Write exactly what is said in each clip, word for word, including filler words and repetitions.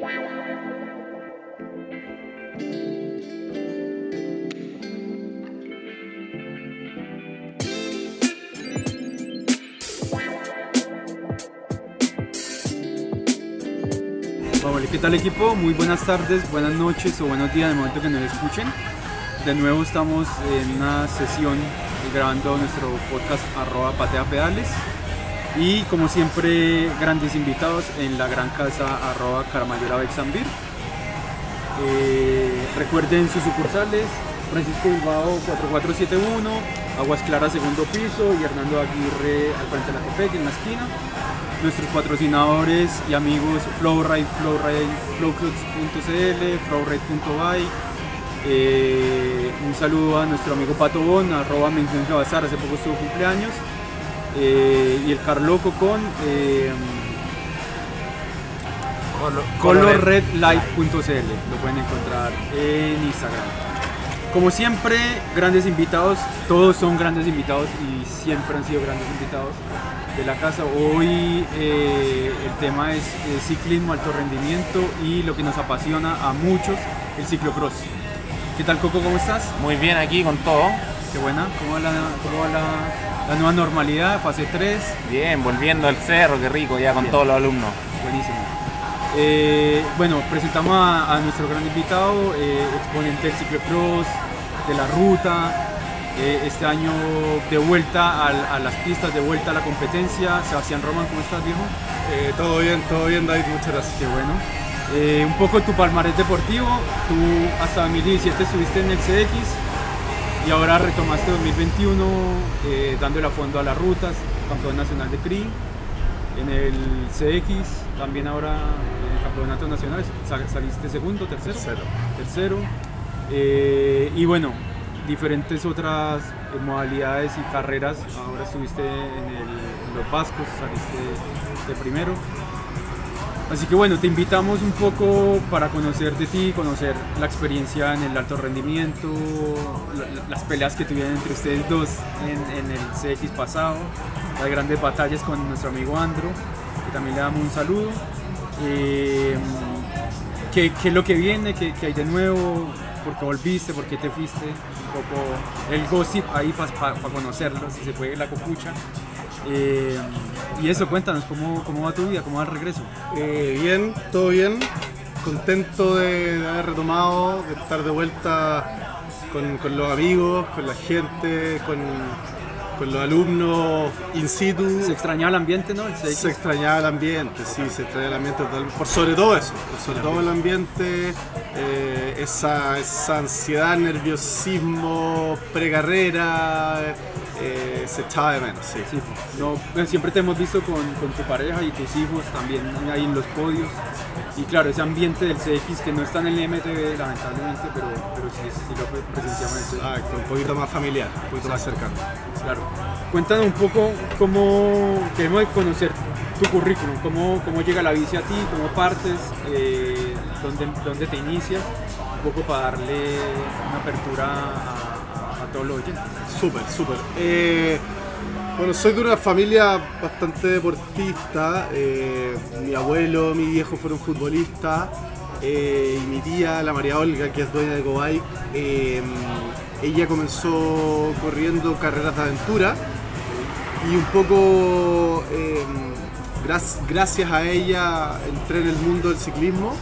Vale, ¿qué tal equipo? Muy buenas tardes, buenas noches o buenos días en el momento que nos escuchen. De nuevo estamos en una sesión grabando nuestro podcast arroba patea pedales y como siempre grandes invitados en la gran casa arroba Caramayora Bexambir. Eh, recuerden sus sucursales: Francisco Bilbao cuatro cuatro siete uno, Aguas Claras segundo piso y Hernando Aguirre al frente de la Copec en la esquina. Nuestros patrocinadores y amigos Flowride, Flowride, Flowclubs punto c l, Flowride punto by. Eh, un saludo a nuestro amigo Pato Bon, arroba Mención Bazar, hace poco estuvo cumpleaños. Eh, y el Carloco con eh, color red life punto c l, lo pueden encontrar en Instagram. Como siempre, grandes invitados, todos son grandes invitados y siempre han sido grandes invitados de la casa. Hoy eh, el tema es eh, ciclismo, alto rendimiento y lo que nos apasiona a muchos, el ciclocross. ¿Qué tal, Coco? ¿Cómo estás? Muy bien, aquí con todo. Qué buena. ¿Cómo va la, cómo va la, la nueva normalidad, fase tres? Bien, volviendo al cerro, qué rico, ya con bien. Todos los alumnos. Buenísimo. Eh, bueno, presentamos a, a nuestro gran invitado, eh, exponente del ciclocross, de la ruta. Eh, este año de vuelta al, a las pistas, de vuelta a la competencia. Sebastián Roman, ¿cómo estás, viejo? Eh, todo bien, todo bien, David, muchas gracias. Qué bueno. Eh, un poco tu palmarés deportivo. Tú hasta dos mil diecisiete estuviste en el C X y ahora retomaste dos mil veintiuno eh, dándole a fondo a las rutas, campeón nacional de C R I en el C X, también ahora en el campeonato nacional saliste segundo, tercero. Tercero. Tercero. Eh, y bueno, diferentes otras eh, modalidades y carreras. Ahora estuviste en, el, en los Vascos, saliste de primero. Así que bueno, te invitamos un poco para conocer de ti, conocer la experiencia en el alto rendimiento, la, las peleas que tuvieron entre ustedes dos en, en el C X pasado, las grandes batallas con nuestro amigo Andro, que también le damos un saludo. Eh, ¿qué, ¿Qué es lo que viene? ¿Qué, qué hay de nuevo? ¿Por qué volviste? ¿Por qué te fuiste? Un poco el gossip ahí para pa, pa conocerlo, si se puede, la copucha. Eh, y eso, cuéntanos, ¿cómo, ¿cómo va tu vida? ¿Cómo va el regreso? Eh, bien, todo bien. Contento de, de haber retomado, de estar de vuelta con, con los amigos, con la gente, con, con los alumnos in situ. ¿Se extrañaba el ambiente, no? El C X. Se extrañaba el ambiente, sí, se extrañaba el ambiente. Por sobre todo eso, por sobre todo el ambiente, eh, esa, esa ansiedad, nerviosismo, precarrera. Eh, se echaba de menos, sí. sí no, bueno, siempre te hemos visto con, con tu pareja y tus hijos también ahí en los podios. Y claro, ese ambiente del C X que no está en el M T V lamentablemente, pero, pero sí, sí lo presenciamos. Exacto, un poquito más familiar, un poquito más cercano. Claro. Cuéntanos un poco cómo queremos conocer tu currículum, cómo, cómo llega la bici a ti, cómo partes, eh, dónde, dónde te inicias, un poco para darle una apertura a a todos los oyentes. Súper, súper. Eh, bueno, soy de una familia bastante deportista. Eh, mi abuelo, mi viejo fueron futbolistas. Eh, y mi tía, la María Olga, que es dueña de Cobike, eh, ella comenzó corriendo carreras de aventura. Y un poco eh, gras- gracias a ella entré en el mundo del ciclismo.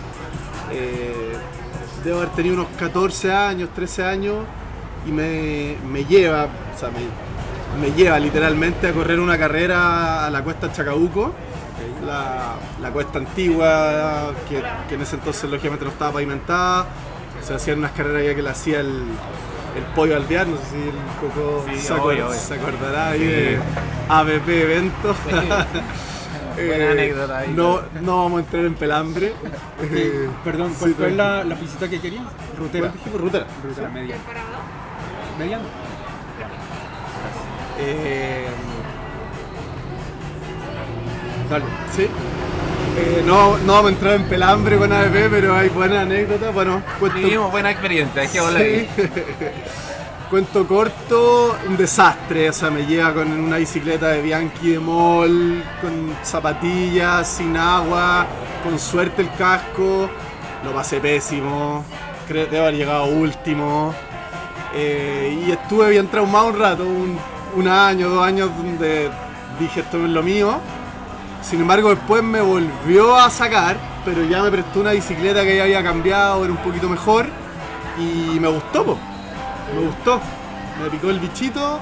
Eh, debo haber tenido unos catorce años, trece años. Y me, me lleva, o sea, me, me lleva literalmente a correr una carrera a la cuesta Chacabuco, okay. la, la cuesta antigua, que, que en ese entonces lógicamente no estaba pavimentada. Se hacían unas carreras ya que la hacía el, el Pollo Alvear, no sé si el Coco sí, se, obvio, acord- obvio. se acordará ahí de A B P Eventos. Sí. Buena eh, anécdota ahí. No, no vamos a entrar en pelambre. Eh, perdón, ¿cuál sí, fue la, la pisita que querías? Rutera. Rutera. Rutera media. Mediano. Eh, Dale. sí. Eh, no, no vamos a entrar en pelambre con A B P, pero hay buenas anécdotas. Bueno, cuento, Vivimos buena experiencia, hay que hablar. sí. Cuento corto, un desastre. O sea, me lleva con una bicicleta de Bianchi de Mall, con zapatillas, sin agua, con suerte el casco, lo pasé pésimo, creo que debo haber llegado último. Eh, y estuve bien traumado un rato, un, un año, dos años donde dije esto no es lo mío. Sin embargo después me volvió a sacar, pero ya me prestó una bicicleta que ya había cambiado, era un poquito mejor y me gustó, po. me gustó, me picó el bichito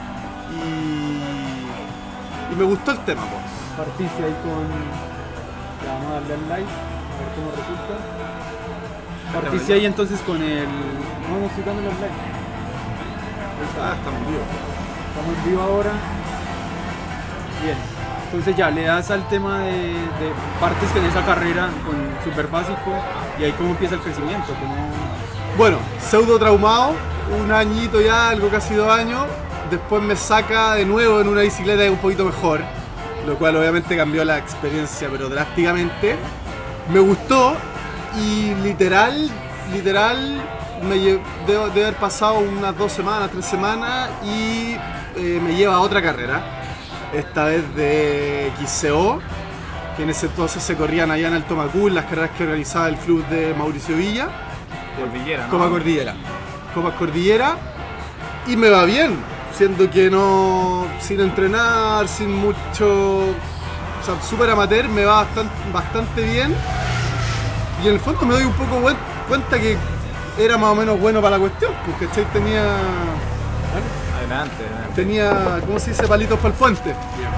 y, y me gustó el tema. Po. Partiste ahí con... Ya vamos a darle al like, a ver cómo resulta. Partiste ahí entonces con el... No, no estoy dando los likes. Ah, estamos vivos. Estamos en vivo ahora. Bien. Entonces ya le das al tema de, de partes que en esa carrera con súper básico y ahí cómo empieza el crecimiento. Cómo... Bueno, pseudo traumado, un añito ya, algo casi dos años. Después me saca de nuevo en una bicicleta un poquito mejor, lo cual obviamente cambió la experiencia, pero drásticamente. Me gustó y literal, literal, me lle- debo de haber pasado unas dos semanas, tres semanas y eh, me lleva a otra carrera. Esta vez de X C O, que en ese entonces se corrían allá en Alto Macul, las carreras que organizaba el club de Mauricio Villa. Cordillera, ¿no? Copa Cordillera. Copa Cordillera. Y me va bien, siendo que no, sin entrenar, sin mucho, o sea, súper amateur, me va bastante, bastante bien. Y en el fondo me doy un poco buen- cuenta que era más o menos bueno para la cuestión, porque ¿cachai? tenía... Adelante, adelante. tenía, ¿cómo se dice? Palitos para el puente.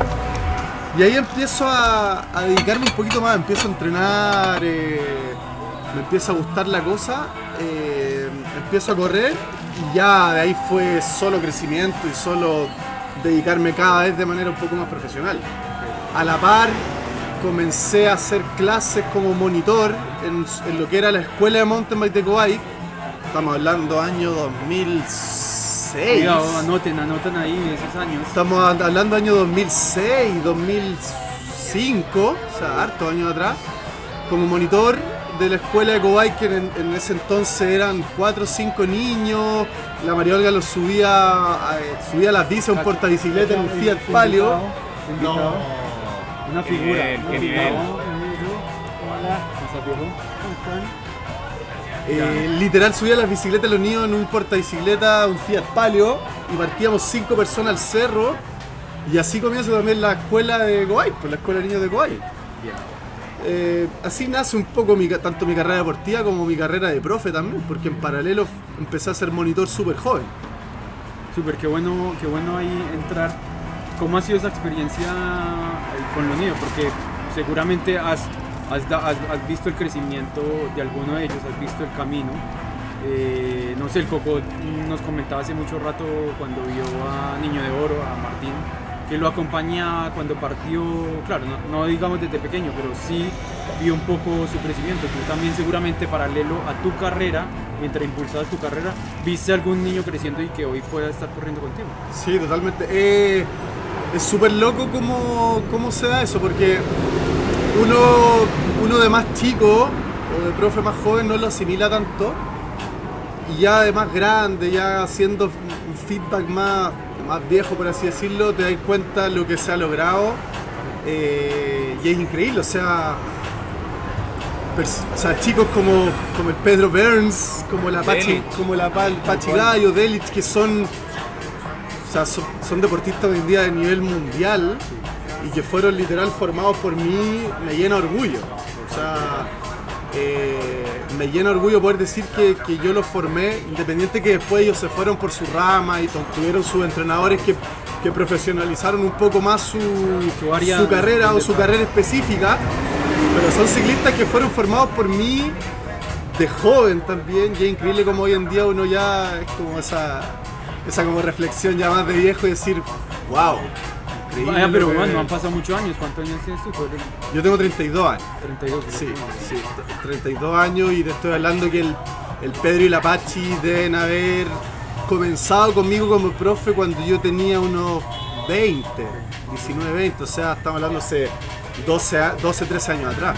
Y ahí empiezo a, a dedicarme un poquito más, empiezo a entrenar, eh, me empieza a gustar la cosa, eh, empiezo a correr y ya de ahí fue solo crecimiento y solo dedicarme cada vez de manera un poco más profesional. A la par comencé a hacer clases como monitor en, en lo que era la escuela de mountain bike de Cobay. Estamos hablando año dos mil seis. Cuidado, anoten, anoten ahí esos años. Estamos hablando año dos mil seis, dos mil cinco, o sea, hartos años atrás, como monitor de la escuela de Cobay, que en, en ese entonces eran cuatro o cinco niños. La María Olga los subía, eh, subía a las bicis a un portabicicleta en un Fiat Palio. No. Una Qué figura. nivel, una qué figura. nivel. Hola, ¿cómo estás, viejo? ¿Cómo están? Eh, literal subía las bicicletas los niños en un portabicicleta, un Fiat Palio, y partíamos cinco personas al cerro. Y así comienza también la escuela de Cobay, pues la escuela de niños de Cobay. Bien. Eh, así nace un poco mi, ca- tanto mi carrera deportiva como mi carrera de profe también, porque en paralelo f- empecé a ser monitor súper joven. Súper, qué bueno, qué bueno ahí entrar. ¿Cómo ha sido esa experiencia eh, con los niños? Porque seguramente has, has, da- has- has visto el crecimiento de alguno de ellos, has visto el camino. Eh, no sé, el Coco nos comentaba hace mucho rato cuando vio a Niño de Oro, a Martín, que lo acompaña cuando partió, claro, no, no digamos desde pequeño, pero sí vio un poco su crecimiento. Tú también seguramente paralelo a tu carrera, mientras impulsabas tu carrera, viste a algún niño creciendo y que hoy pueda estar corriendo contigo. Sí, totalmente. Eh, es súper loco cómo, cómo se da eso, porque uno, uno de más chico o de profe más joven no lo asimila tanto, y ya de más grande, ya haciendo un feedback más, más viejo, por así decirlo, te das cuenta de lo que se ha logrado, eh, y es increíble, o sea, pers- o sea, chicos como, como el Pedro Burns, como la Pachi, Delic. como la Pa- Pachi Gallo, Delic, que son, o sea, son, son deportistas hoy en día de nivel mundial y que fueron literal formados por mí, me llena orgullo. O sea, eh, me llena orgullo poder decir que, que yo los formé, independiente que después ellos se fueron por su rama y to- tuvieron sus entrenadores que, que profesionalizaron un poco más su, Su área su carrera de o su deporte. carrera específica, pero son ciclistas que fueron formados por mí de joven también, y es increíble como hoy en día uno ya es como esa, esa como reflexión ya más de viejo y decir, wow, increíble. Vaya, pero lo que- bueno, han pasado muchos años. ¿Cuántos años tienes tú? Tú eres Yo tengo treinta y dos años. treinta y dos. Sí, creo. sí, t- treinta y dos años, y te estoy hablando que el, el Pedro y la Pachi deben haber comenzado conmigo como profe cuando yo tenía unos veinte, diecinueve, veinte, o sea, estamos hablando hace doce, a- doce trece años atrás.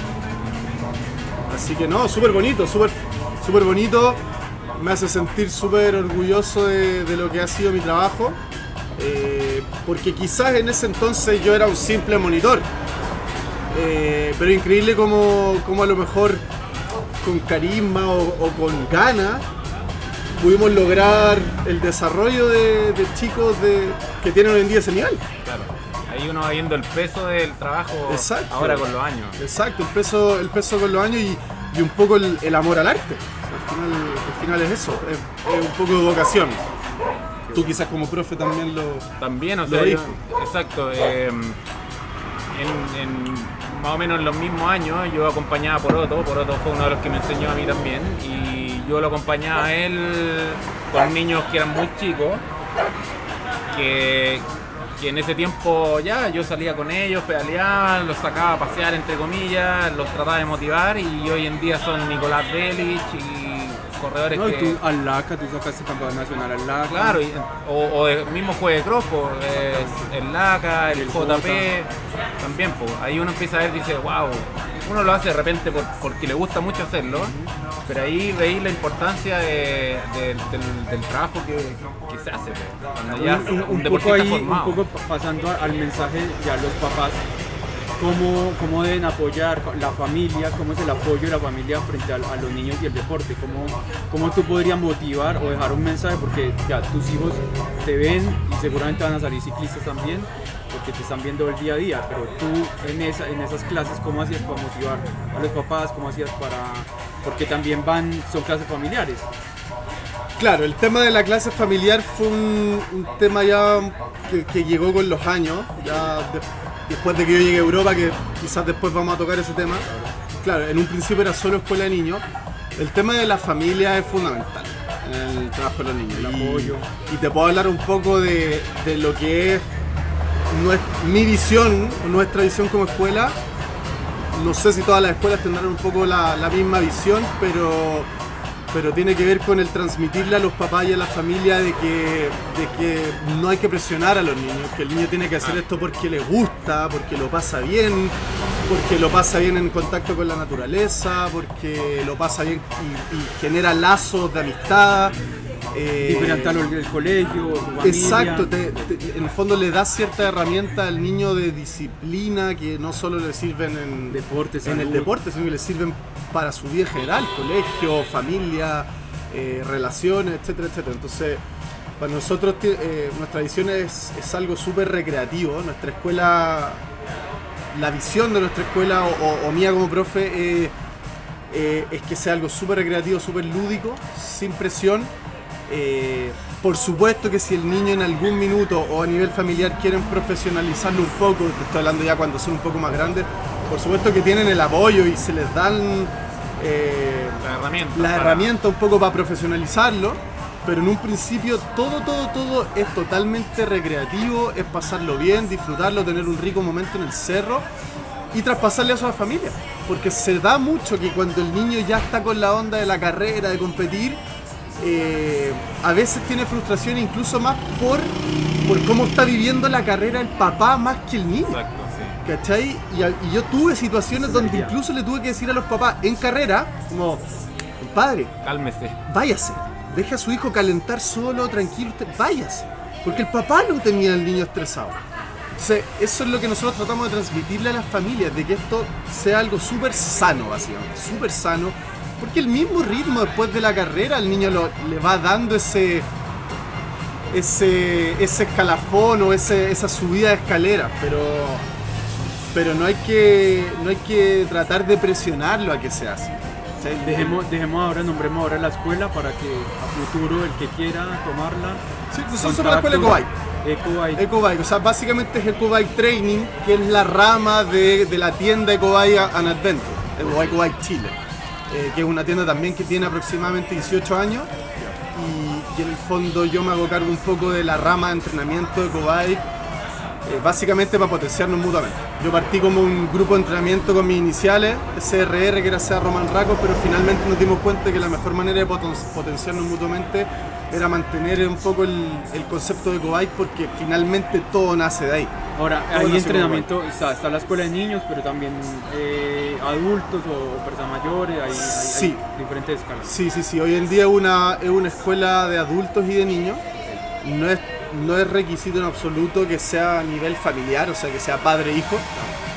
Así que no, súper bonito, súper súper bonito, me hace sentir súper orgulloso de, de lo que ha sido mi trabajo, eh, porque quizás en ese entonces yo era un simple monitor. Eh, pero increíble como, como a lo mejor con carisma o, o con ganas pudimos lograr el desarrollo de, de chicos de, que tienen hoy en día ese nivel. Claro. Ahí uno va viendo el peso del trabajo. Exacto. Ahora con los años. Exacto, el peso, el peso con los años y, y un poco el, el amor al arte. O sea, al, final, al final es eso, es, es un poco de vocación. Tú quizás como profe también lo También, o lo sea, yo, viste. exacto. Eh, en, en más o menos en los mismos años yo acompañaba a Poroto. Poroto fue uno de los que me enseñó a mí también. Y yo lo acompañaba a él con niños que eran muy chicos. Que, que en ese tiempo ya yo salía con ellos, pedaleaba, los sacaba a pasear entre comillas, los trataba de motivar y hoy en día son Nicolás Belich y corredores no, que... y tú al LACA, tú sacaste campeón nacional al LACA. Claro, y, o, o el mismo juego de cross, pues, eh, el LACA, el, el J P, también, pues, ahí uno empieza a ver y dice, wow, uno lo hace de repente por, porque le gusta mucho hacerlo, uh-huh. Pero ahí veis la importancia de, de, del, del trabajo que, que se hace, pues, cuando ya un, un, un, un deportista poco ahí, formado. un poco pasando al mensaje ya los papás. Cómo, cómo deben apoyar la familia, cómo es el apoyo de la familia frente a, a los niños y el deporte, cómo, cómo tú podrías motivar o dejar un mensaje, porque ya tus hijos te ven y seguramente van a salir ciclistas también, porque te están viendo el día a día, pero tú en, esa, en esas clases, ¿cómo hacías para motivar a los papás? ¿Cómo hacías para...? Porque también van, son clases familiares. Claro, el tema de la clase familiar fue un, un tema ya que, que llegó con los años, ya de, después de que yo llegué a Europa, que quizás después vamos a tocar ese tema. Claro, en un principio era solo escuela de niños. El tema de la familia es fundamental en el trabajo de los niños. El apoyo. Y, y te puedo hablar un poco de, de lo que es nuestra, mi visión, nuestra visión como escuela. No sé si todas las escuelas tendrán un poco la, la misma visión, pero... pero tiene que ver con el transmitirle a los papás y a la familia de que, de que no hay que presionar a los niños, que el niño tiene que hacer esto porque le gusta, porque lo pasa bien, porque lo pasa bien en contacto con la naturaleza, porque lo pasa bien y, y genera lazos de amistad. Eh, Diferentarlo el colegio, su familia. Exacto, te, te, en el fondo le das cierta herramienta al niño de disciplina que no solo le sirven en, Deportes, en el deporte, sino que le sirven para su vida en general, colegio, familia, eh, relaciones, etcétera, etcétera. Entonces, para nosotros eh, nuestra visión es, es algo súper recreativo. Nuestra escuela, la visión de nuestra escuela o, o, o mía como profe eh, eh, es que sea algo súper recreativo, súper lúdico, sin presión. Eh, por supuesto que si el niño en algún minuto o a nivel familiar quieren profesionalizarlo un poco, te estoy hablando ya cuando son un poco más grandes, por supuesto que tienen el apoyo y se les dan eh, la herramienta, la para... herramienta un poco para profesionalizarlo, pero en un principio todo, todo, todo es totalmente recreativo, es pasarlo bien, disfrutarlo, tener un rico momento en el cerro y traspasarle eso a la familia, porque se da mucho que cuando el niño ya está con la onda de la carrera, de competir, Eh, a veces tiene frustración incluso más por, por cómo está viviendo la carrera el papá más que el niño. Exacto, sí. ¿Cachai? Y, y yo tuve situaciones donde incluso le tuve que decir a los papás en carrera, como, compadre, cálmese, váyase, deje a su hijo calentar solo, tranquilo, usted, váyase, porque el papá no tenía al niño estresado. Entonces, eso es lo que nosotros tratamos de transmitirle a las familias, de que esto sea algo súper sano, básicamente, súper sano. Porque el mismo ritmo después de la carrera al niño lo, le va dando ese ese, ese escalafón o ese, esa subida de escalera, pero, pero no hay que no hay que tratar de presionarlo a que sea así. O sea, dejemos, dejemos ahora, nombremos ahora la escuela para que a futuro el que quiera tomarla. Sí, nosotros somos la escuela Ecobike. Ecobike. Ecobike, o sea, básicamente es Ecobike Training, que es la rama de, de la tienda Ecobike and Adventure, o Ecobike Chile. Eh, que es una tienda también que tiene aproximadamente dieciocho años y, y en el fondo yo me hago cargo un poco de la rama de entrenamiento de Ecobike, eh, básicamente para potenciarnos mutuamente. Yo partí como un grupo de entrenamiento con mis iniciales, C R R, que era sea Roman Racos, pero finalmente nos dimos cuenta que la mejor manera de poten- potenciarnos mutuamente era mantener un poco el, el concepto de Ecobike, porque finalmente todo nace de ahí. Ahora, todo hay entrenamiento, está, está la escuela de niños, pero también eh, adultos o personas mayores, hay, hay, sí. hay diferentes escalas. Sí, sí, sí, hoy en día una, es una escuela de adultos y de niños, no es, no es requisito en absoluto que sea a nivel familiar, o sea, que sea padre-hijo,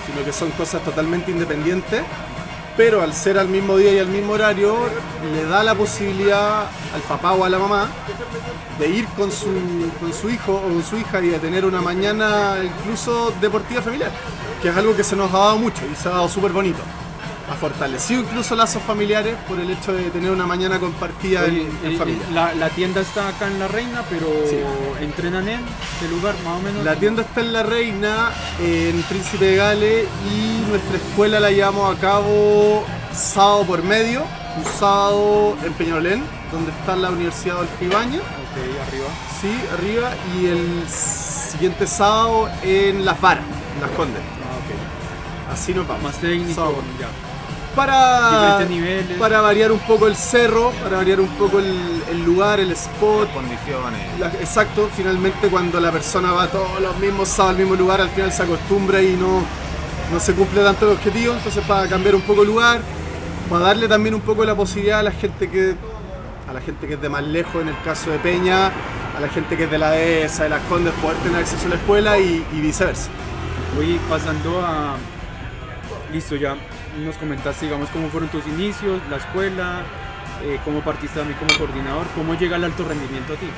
sino que son cosas totalmente independientes, pero al ser al mismo día y al mismo horario, le da la posibilidad al papá o a la mamá de ir con su, con su hijo o con su hija y de tener una mañana incluso deportiva familiar, que es algo que se nos ha dado mucho y se ha dado súper bonito. Ha fortalecido incluso lazos familiares por el hecho de tener una mañana compartida Oye, en, en eh, familia. La, la tienda está acá en La Reina, pero Sí. ¿entrenan en qué lugar más o menos? La tienda está en La Reina, en Príncipe de Gales, y nuestra escuela la llevamos a cabo sábado por medio, un sábado en Peñalolén, donde está la Universidad Adolfo Ibáñez, Ok, arriba. sí, arriba, y el siguiente sábado en Las Varas, en Las Condes. Ah, ok. Así nos vamos. Más técnico, Sábado. ya. Para, Diferentes niveles. para variar un poco el cerro, para variar un poco el, el lugar, el spot. Condiciones. La- exacto, finalmente cuando la persona va todos los mismos sábados al mismo lugar, al final se acostumbra y no, no se cumple tanto el objetivo. Entonces, para cambiar un poco el lugar, para darle también un poco la posibilidad a la gente que a la gente que es de más lejos, en el caso de Peña, a la gente que es de la dehesa, de Las Condes, poder tener acceso a la escuela y, y viceversa. Oye, pasando a... Listo, ya nos comentaste, digamos, cómo fueron tus inicios, la escuela, eh, cómo partiste también como coordinador, cómo llega el alto rendimiento a ti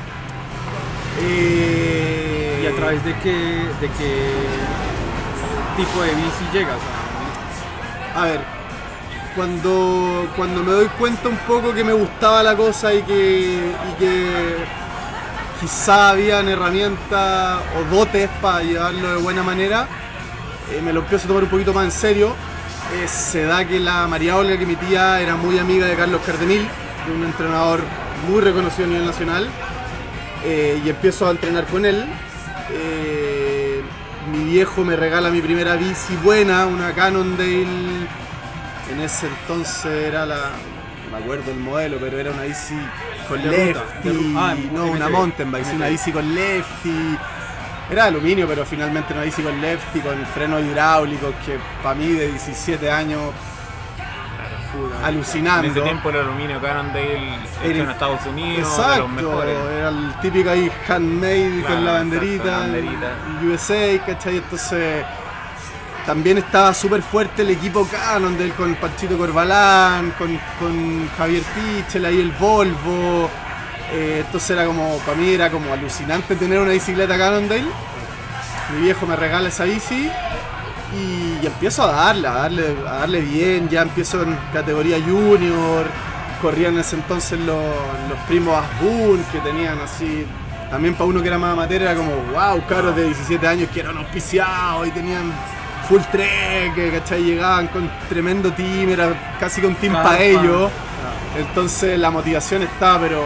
Eh, y a través de qué, de qué tipo de bici llegas. A ver, cuando, cuando me doy cuenta un poco que me gustaba la cosa y que, y que quizá habían herramientas o dotes para llevarlo de buena manera, eh, me lo empiezo a tomar un poquito más en serio. Eh, se da que la María Olga, que mi tía, era muy amiga de Carlos Cardemil, un entrenador muy reconocido a nivel nacional, eh, y empiezo a entrenar con él. Eh, mi viejo me regala mi primera bici buena, una Cannondale. En ese entonces era la... no me acuerdo el modelo, pero era una bici con De lefty, ruta, de ru- ah, no, M T una B, mountain bike, sí, M T B. una bici con lefty. Era de aluminio, pero finalmente una bici con lefty, con frenos hidráulicos, que para mí de diecisiete años, alucinando. En ese tiempo el aluminio Cannondale hecho Era- en Estados Unidos, de los Exacto, mejores. era el típico ahí handmade Claro, con la exacto, banderita, la banderita. U S A, ¿cachai? Entonces también estaba súper fuerte el equipo Cannondale con Panchito Corbalán, con, con Javier Pichel, ahí el Volvo. Eh, entonces era como, para mí era como alucinante tener una bicicleta Cannondale. Mi viejo me regala esa bici y, y empiezo a darle, a darle, a darle bien. Ya empiezo en categoría junior. Corrían en ese entonces los, los primos Asbun, que tenían así, también para uno que era más amateur era como wow, cabros de diecisiete años que eran auspiciados y tenían full trek, ¿cachai? Llegaban con tremendo team, era casi que un team Claro, para ellos. claro. Entonces la motivación estaba pero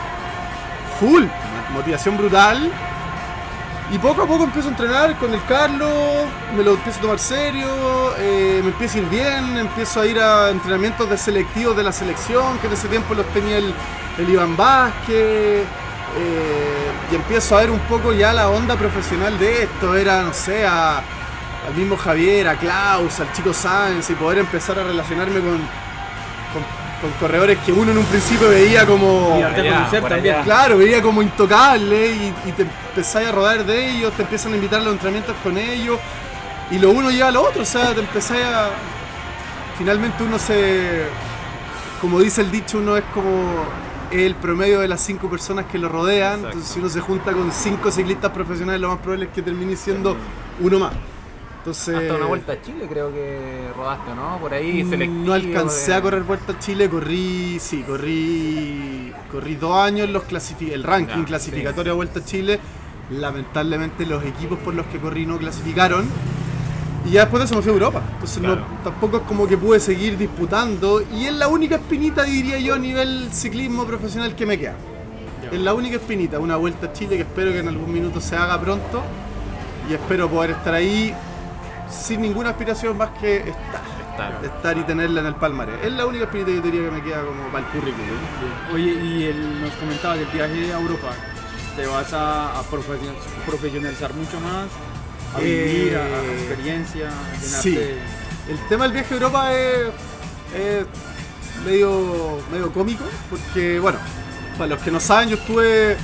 full, motivación brutal. Y poco a poco empiezo a entrenar con el Carlos, me lo empiezo a tomar serio, eh, me empieza a ir bien, empiezo a ir a entrenamientos de selectivos de la selección, que en ese tiempo los tenía el, el Iván Vázquez, eh, y empiezo a ver un poco ya la onda profesional de esto, era, no sé, a, al mismo Javier, a Klaus, al chico Sáenz, y poder empezar a relacionarme con, con, con corredores que uno en un principio veía como... Y darte a allá, conocer por también. allá. Claro, veía como intocable y, y te empezás a rodar de ellos, te empiezan a invitar a los entrenamientos con ellos y lo uno lleva a lo otro, o sea, te empezás a... Finalmente uno se... Como dice el dicho, uno es como el promedio de las cinco personas que lo rodean, Exacto. entonces si uno se junta con cinco ciclistas profesionales, lo más probable es que termine siendo uno más. Entonces, Hasta una vuelta a Chile creo que rodaste, ¿no? Por ahí selectivo. no alcancé de- a correr Vuelta a Chile, corrí, sí, corrí, corrí dos años los clasifi- el ranking Ya, clasificatorio de Vuelta a Chile. Lamentablemente los equipos por los que corrí no clasificaron. Y ya después de eso me fui a Europa. Entonces no- Claro. tampoco es como que pude seguir disputando. Y es la única espinita, diría yo, a nivel ciclismo profesional que me queda. Es la única espinita, una Vuelta a Chile que espero que en algún minuto se haga pronto. Y espero poder estar ahí sin ninguna aspiración más que estar. Claro. Estar y tenerla en el palmarés. Es la única espinita que yo diría que me queda como para el currículum. Oye, y el, nos comentabas del viaje a Europa, ¿te vas a, a profesion- profesionalizar mucho más? ¿A vivir, a, a Eh, experiencia, a llenarte? sí. El tema del viaje a Europa es, es medio, medio cómico, porque, bueno, para los que no saben, yo estuve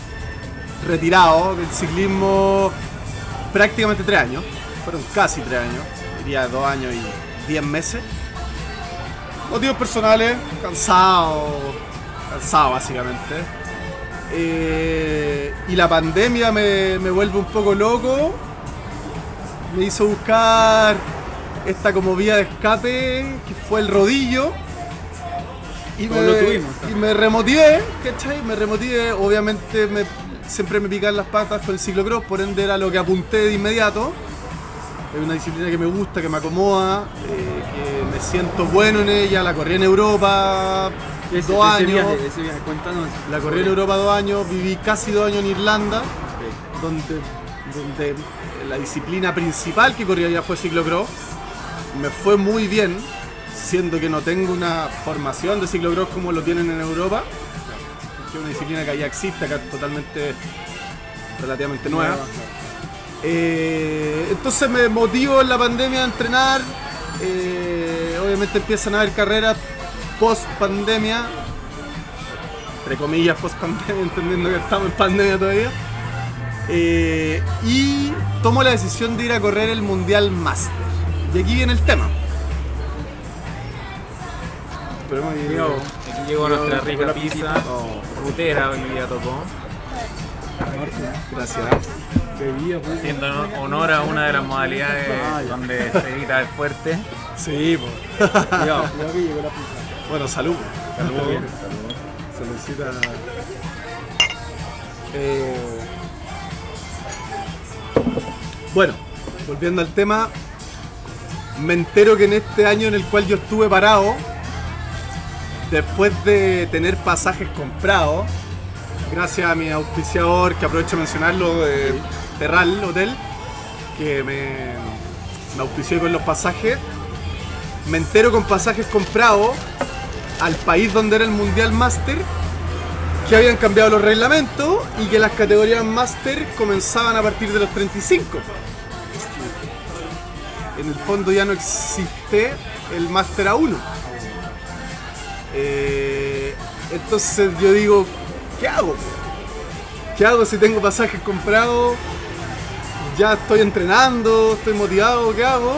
retirado del ciclismo prácticamente tres años, fueron casi tres años. diría dos años y diez meses. Motivos personales, cansado, cansado básicamente. Eh, y la pandemia me, me vuelve un poco loco, me hizo buscar esta como vía de escape que fue el rodillo. Y me, lo tuvimos, y me remotivé, ¿cachai? Me remotivé, obviamente me, siempre me pican las patas con el ciclocross, por ende era lo que apunté de inmediato. Es una disciplina que me gusta, que me acomoda, eh, que me siento bueno en ella, la corrí en Europa Ese, dos ese años. Viaje, ese viaje, cuéntanos. La corrí en Europa dos años, viví casi dos años en Irlanda, Ok. donde, donde la disciplina principal que corría allá fue ciclocross. Me fue muy bien, siendo que no tengo una formación de ciclocross como lo tienen en Europa, que es una disciplina que allá existe, acá totalmente, relativamente nueva. Eh, entonces me motivo en la pandemia a entrenar. Eh, obviamente empiezan a haber carreras post pandemia, entre comillas post pandemia, entendiendo que estamos en pandemia todavía. Eh, y tomo la decisión de ir a correr el Mundial Master. Y aquí viene el tema. Esperemos que- Llegó. Aquí llegó Llegó nuestra la rica pizza. pizza, Oh, rutera hoy día tocó, gracias. Bebida, pues. haciendo honor a una de las modalidades donde se grita el fuerte. Sí, pues. Cuidado, cuidado que llegó la pizza. Bueno, salud. Salud, bien. Saludcita. Eh, Bueno, volviendo al tema, me entero que en este año en el cual yo estuve parado, después de tener pasajes comprados, gracias a mi auspiciador, que aprovecho de mencionarlo, de Terral Hotel, que me, me auspició con los pasajes, me entero con pasajes comprados al país donde era el Mundial Master, que habían cambiado los reglamentos y que las categorías Master comenzaban a partir de los treinta y cinco. En el fondo ya no existe el Master A uno. Eh, entonces yo digo, ¿qué hago? ¿Qué hago si tengo pasajes comprados? Ya estoy entrenando, estoy motivado, ¿qué hago?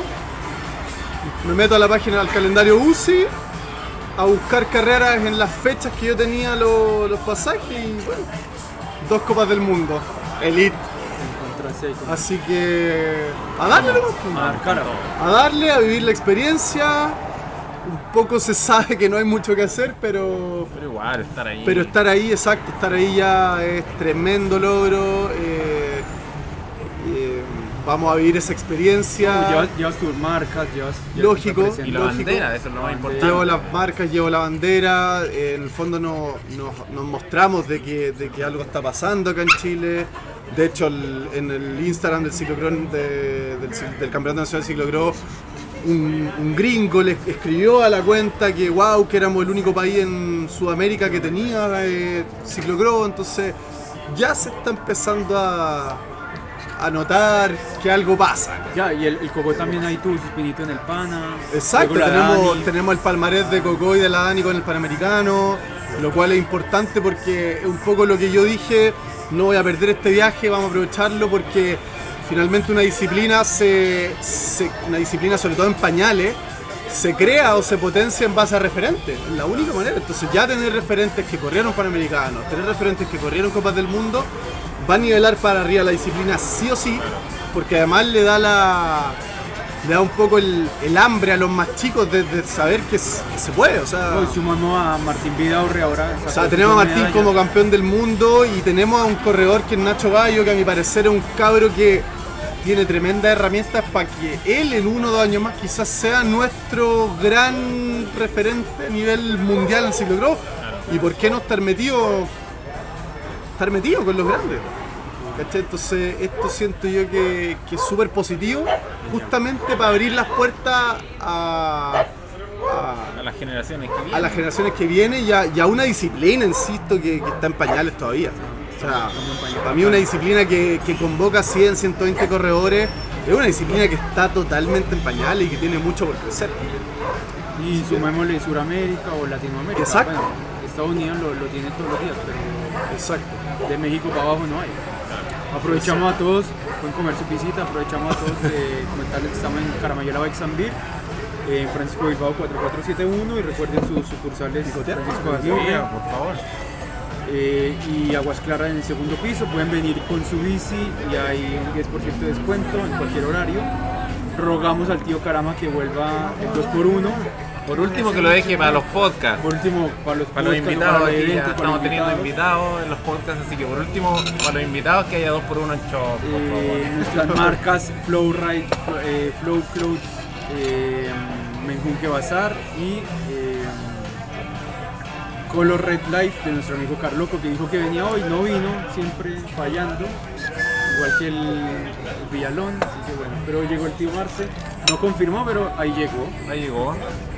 Me meto a la página del calendario U C I a buscar carreras en las fechas que yo tenía lo- los pasajes y bueno, dos copas del mundo, Elite. Encontrarse ahí con- Así que a darle nomás, pues. Marcar. A darle, a vivir la experiencia. Un poco se sabe que no hay mucho que hacer, pero Pero igual, estar ahí. pero estar ahí, exacto, estar ahí ya es tremendo logro. eh, eh, vamos a vivir esa experiencia. Llevas, llevas tus marcas, llevas. llevas Lógico. tu representación. Y la lógico. bandera, eso es lo más importante. Llevo las marcas, llevo la bandera, eh, en el fondo no- nos, nos mostramos de que, de que algo está pasando acá en Chile. De hecho, el- en el Instagram del ciclocross, de- del, ci- del Campeonato Nacional de Ciclocross, un, un gringo le escribió a la cuenta que wow, que éramos el único país en Sudamérica que tenía eh, ciclocross, entonces ya se está empezando a, a notar que algo pasa. Ya, y el, el Coco también ahí tuvo su espinito en el pana. Exacto, luego la tenemos, Dani. tenemos el palmarés de Coco y de la Dani con el Panamericano, lo cual es importante porque es un poco lo que yo dije, no voy a perder este viaje, vamos a aprovecharlo porque finalmente una disciplina, se, se- una disciplina sobre todo en pañales, se crea o se potencia en base a referentes, es la única manera. Entonces ya tener referentes que corrieron Panamericanos, tener referentes que corrieron Copas del Mundo, va a nivelar para arriba la disciplina sí o sí, porque además le da la le da un poco el, el hambre a los más chicos de, de saber que, s- que se puede, o sea, Hoy sumamos a Martín Vidaurre ahora. o sea, tenemos a Martín como campeón del mundo y tenemos a un corredor que es Nacho Gallo, que a mi parecer es un cabro que tiene tremendas herramientas para que él en uno o dos años más quizás sea nuestro gran referente a nivel mundial en ciclocross. Y por qué no estar metido estar metido con los grandes. ¿Cachai? Entonces esto siento yo que, que es súper positivo justamente para abrir las puertas a, a- A las generaciones que vienen. a las generaciones que vienen y a, y a una disciplina, insisto, que, que está en pañales todavía. O sea, para mí una disciplina que, que convoca cien, ciento veinte corredores es una disciplina que está totalmente en pañales y que tiene mucho por crecer. Y sumémosle Sudamérica o Latinoamérica. Exacto. Bueno, Estados Unidos lo, lo tiene todos los días, pero Exacto. de México para abajo no hay. Aprovechamos a todos, pueden comer su pisita, aprovechamos a todos de comentarles que estamos en Caramayola Bikes and Beer, en Francisco Bilbao cuatro cuatro siete uno, y recuerden sus sucursales Francisco Aguirre, por favor. Eh, y Aguas Claras en el segundo piso. Pueden venir con su bici y hay un diez por ciento de descuento en cualquier horario. Rogamos al tío Carama que vuelva el dos por uno. Por último, que lo deje para los podcasts. Por último, para los, para los podcasts, invitados, para el aquí evento, ya para estamos teniendo invitados. invitados en los podcasts, así que por último, para los invitados que haya dos por uno en shop, por Eh, favor. nuestras marcas Flow Ride, eh, Flow Clothes, eh, Menjunje Bazar y eh, Color Red Life de nuestro amigo Carloco, que dijo que venía hoy, no vino, siempre fallando, igual que el, el Villalón, así que bueno, pero llegó el tío Marce, no confirmó, pero ahí llegó. Ahí llegó.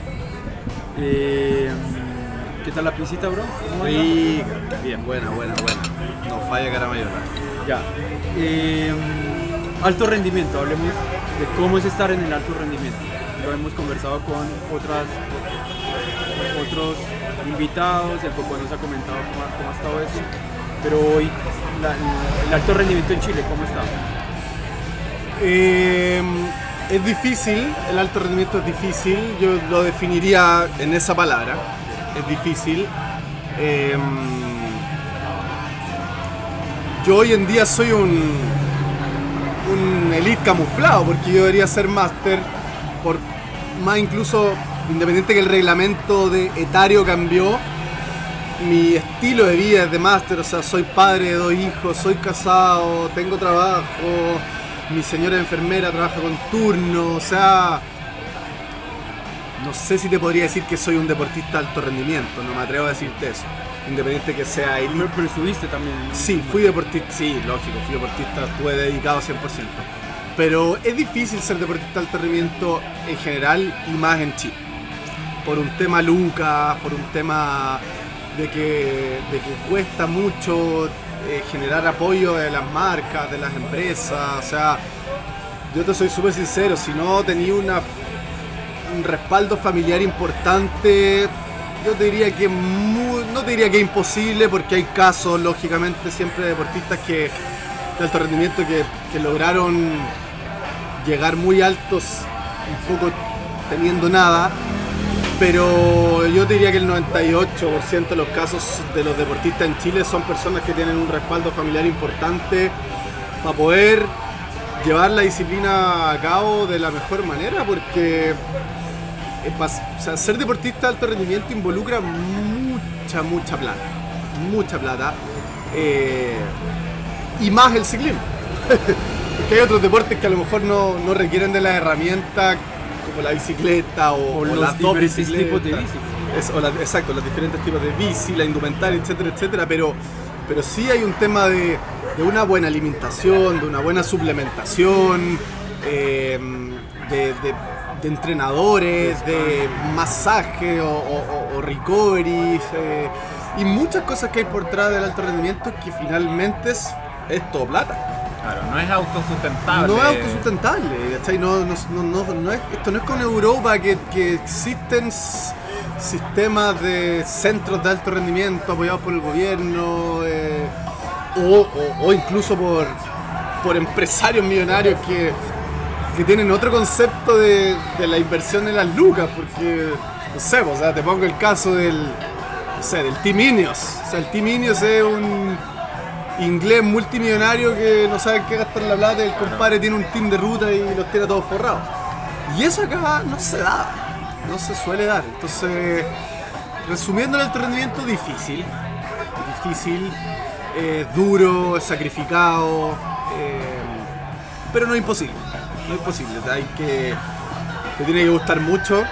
Eh, ¿Qué tal la pisita, bro? ¿Cómo anda? Rica, bien, buena, buena, buena. No falla Caramayola. Ya. Eh, alto rendimiento, hablemos de cómo es estar en el alto rendimiento. Lo hemos conversado con otras, otros invitados, el Coco nos ha comentado cómo, cómo ha estado eso, pero hoy la, el alto rendimiento en Chile, ¿cómo está? Eh, es difícil, el alto rendimiento es difícil, yo lo definiría en esa palabra, es difícil. Eh, yo hoy en día soy un, un elite camuflado, porque yo debería ser máster, por más incluso, independiente que el reglamento de etario cambió, mi estilo de vida es de máster, o sea, soy padre de dos hijos, soy casado, tengo trabajo, mi señora enfermera trabaja con turno, o sea, no sé si te podría decir que soy un deportista de alto rendimiento, no me atrevo a decirte eso, independiente que sea elite. Pero, pero estuviste también, ¿no? Sí, fui deportista, sí, lógico, fui deportista, estuve dedicado cien por ciento. Pero es difícil ser deportista de alto rendimiento en general y más en Chile. Por un tema lucas, por un tema de que, de que cuesta mucho eh, generar apoyo de las marcas, de las empresas. O sea, yo te soy súper sincero, si no tenía una, un respaldo familiar importante, yo te diría que muy, no te diría que imposible, porque hay casos, lógicamente, siempre de deportistas que, de alto rendimiento que, que lograron llegar muy altos un poco teniendo nada, pero yo te diría que el noventa y ocho por ciento de los casos de los deportistas en Chile son personas que tienen un respaldo familiar importante para poder llevar la disciplina a cabo de la mejor manera, porque o sea, ser deportista de alto rendimiento involucra mucha, mucha plata, mucha plata, eh, y más el ciclismo. Porque hay otros deportes que a lo mejor no, no requieren de la herramienta, como la bicicleta o, O o los las dos diferentes bicicletas. tipos de bici. Es, o la, exacto, los diferentes tipos de bici, la indumentaria, etcétera, etcétera. Pero, pero sí hay un tema de, de una buena alimentación, de una buena suplementación, eh, de, de, de entrenadores, de masaje o, o, o recovery, eh, y muchas cosas que hay por detrás del alto rendimiento que finalmente es, es todo plata. Claro, no es autosustentable. No es autosustentable, ¿cachai? No, no, no, no, no es, esto no es con Europa, que, que existen s- sistemas de centros de alto rendimiento apoyados por el gobierno, eh, o, o, o incluso por, por empresarios millonarios que, que tienen otro concepto de, de la inversión en las lucas, porque, no sé, o sea, te pongo el caso del, no sé, del Team Ineos. O sea, el Team Ineos es un inglés multimillonario que no sabe qué gastar la plata, y el compadre tiene un team de ruta y los tiene todos forrados. Y eso acá no se da, no se suele dar. Entonces, resumiendo, el alto rendimiento, difícil, difícil, eh, duro, sacrificado, eh, pero no imposible, no imposible. Hay que, te tiene que gustar mucho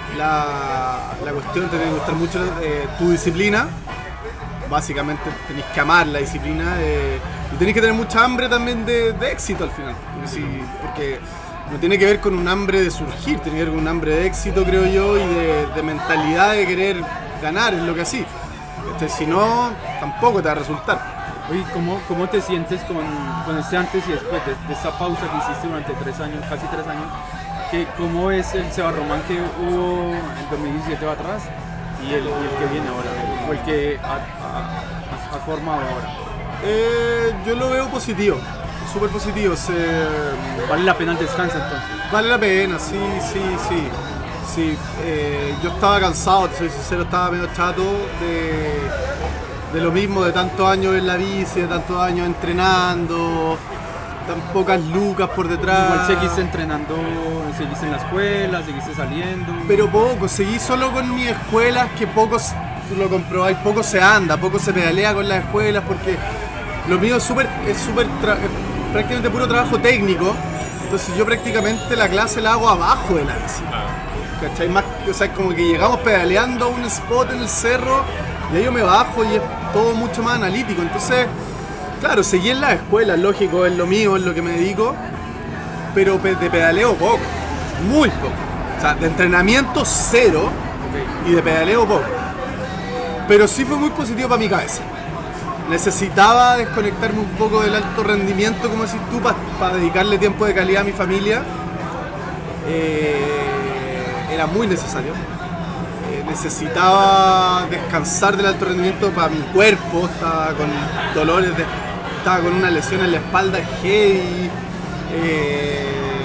la, la cuestión, te tiene que gustar mucho eh, tu disciplina. Básicamente tenés que amar la disciplina, eh, y tenés que tener mucha hambre también de, de éxito al final, porque, si, porque no tiene que ver con un hambre de surgir, tiene que ver con un hambre de éxito, creo yo, y de, de mentalidad de querer ganar, es lo que así. Este, si no, tampoco te va a resultar. Oye, ¿cómo, cómo te sientes con, con este antes y después de, de esta pausa que hiciste durante tres años, casi tres años? Que, ¿Cómo es el Seba Román que hubo en dos mil diecisiete va atrás y el, y el que viene ahora, o el que ha, ha, ha formado ahora? Eh, yo lo veo positivo, súper positivo. Se, ¿Vale la pena el descanso entonces? Vale la pena, sí, sí, sí. sí. Eh, yo estaba cansado, te soy sincero, estaba medio chato de, de lo mismo, de tantos años en la bici, de tantos años entrenando, tan pocas lucas por detrás. Igual seguiste entrenando, seguiste en la escuela, seguiste saliendo. Pero poco, seguí solo con mis escuelas, que pocos, tú lo comprobáis, poco se anda, poco se pedalea con las escuelas, porque lo mío es súper, es súper, tra- es prácticamente puro trabajo técnico. Entonces yo prácticamente la clase la hago abajo de la bici. ¿Cachai? Más, o sea, como que llegamos pedaleando a un spot en el cerro y ahí yo me bajo y es todo mucho más analítico. Entonces, claro, seguí en la escuela, lógico, es lo mío, es lo que me dedico, pero pe- de pedaleo poco, muy poco. O sea, de entrenamiento cero y de pedaleo poco. Pero sí fue muy positivo para mi cabeza. Necesitaba desconectarme un poco del alto rendimiento, como decís tú, para pa dedicarle tiempo de calidad a mi familia. Eh, era muy necesario. Eh, necesitaba descansar del alto rendimiento para mi cuerpo. Estaba con dolores, de, estaba con una lesión en la espalda heavy. Eh,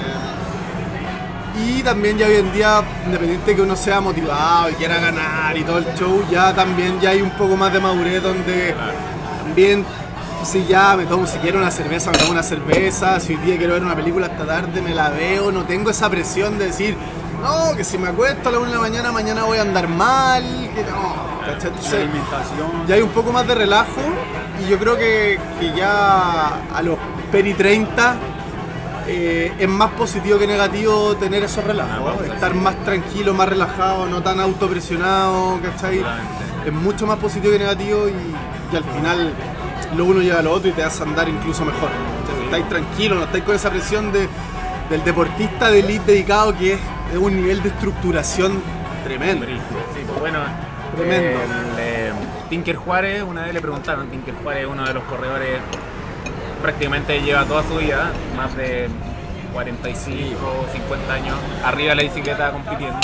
y también ya hoy en día, independiente de que uno sea motivado y quiera ganar y todo el show, ya también ya hay un poco más de madurez donde también, si ya me tomo, si quiero una cerveza, me tomo una cerveza, si hoy día quiero ver una película hasta tarde, me la veo, no tengo esa presión de decir, no, que si me acuesto a la una de la mañana, mañana voy a andar mal, que no, ¿cachai? Entonces, La alimentación. ya hay un poco más de relajo y yo creo que, que ya a los peri treinta eh, es más positivo que negativo tener esos relajos, ¿no? Estar más tranquilo, más relajado, no tan autopresionado, ¿cachai? Es mucho más positivo que negativo y, y al final lo uno lleva a lo otro y te hace andar incluso mejor. Entonces, estáis tranquilos, no estáis con esa presión de, del deportista de elite dedicado, que es, es un nivel de estructuración tremendo. Sí, pues bueno, Tremendo. El, eh, Tinker Juárez, una vez le preguntaron, Tinker Juárez es uno de los corredores, prácticamente lleva toda su vida, más de cuarenta y cinco, cincuenta años, arriba de la bicicleta compitiendo.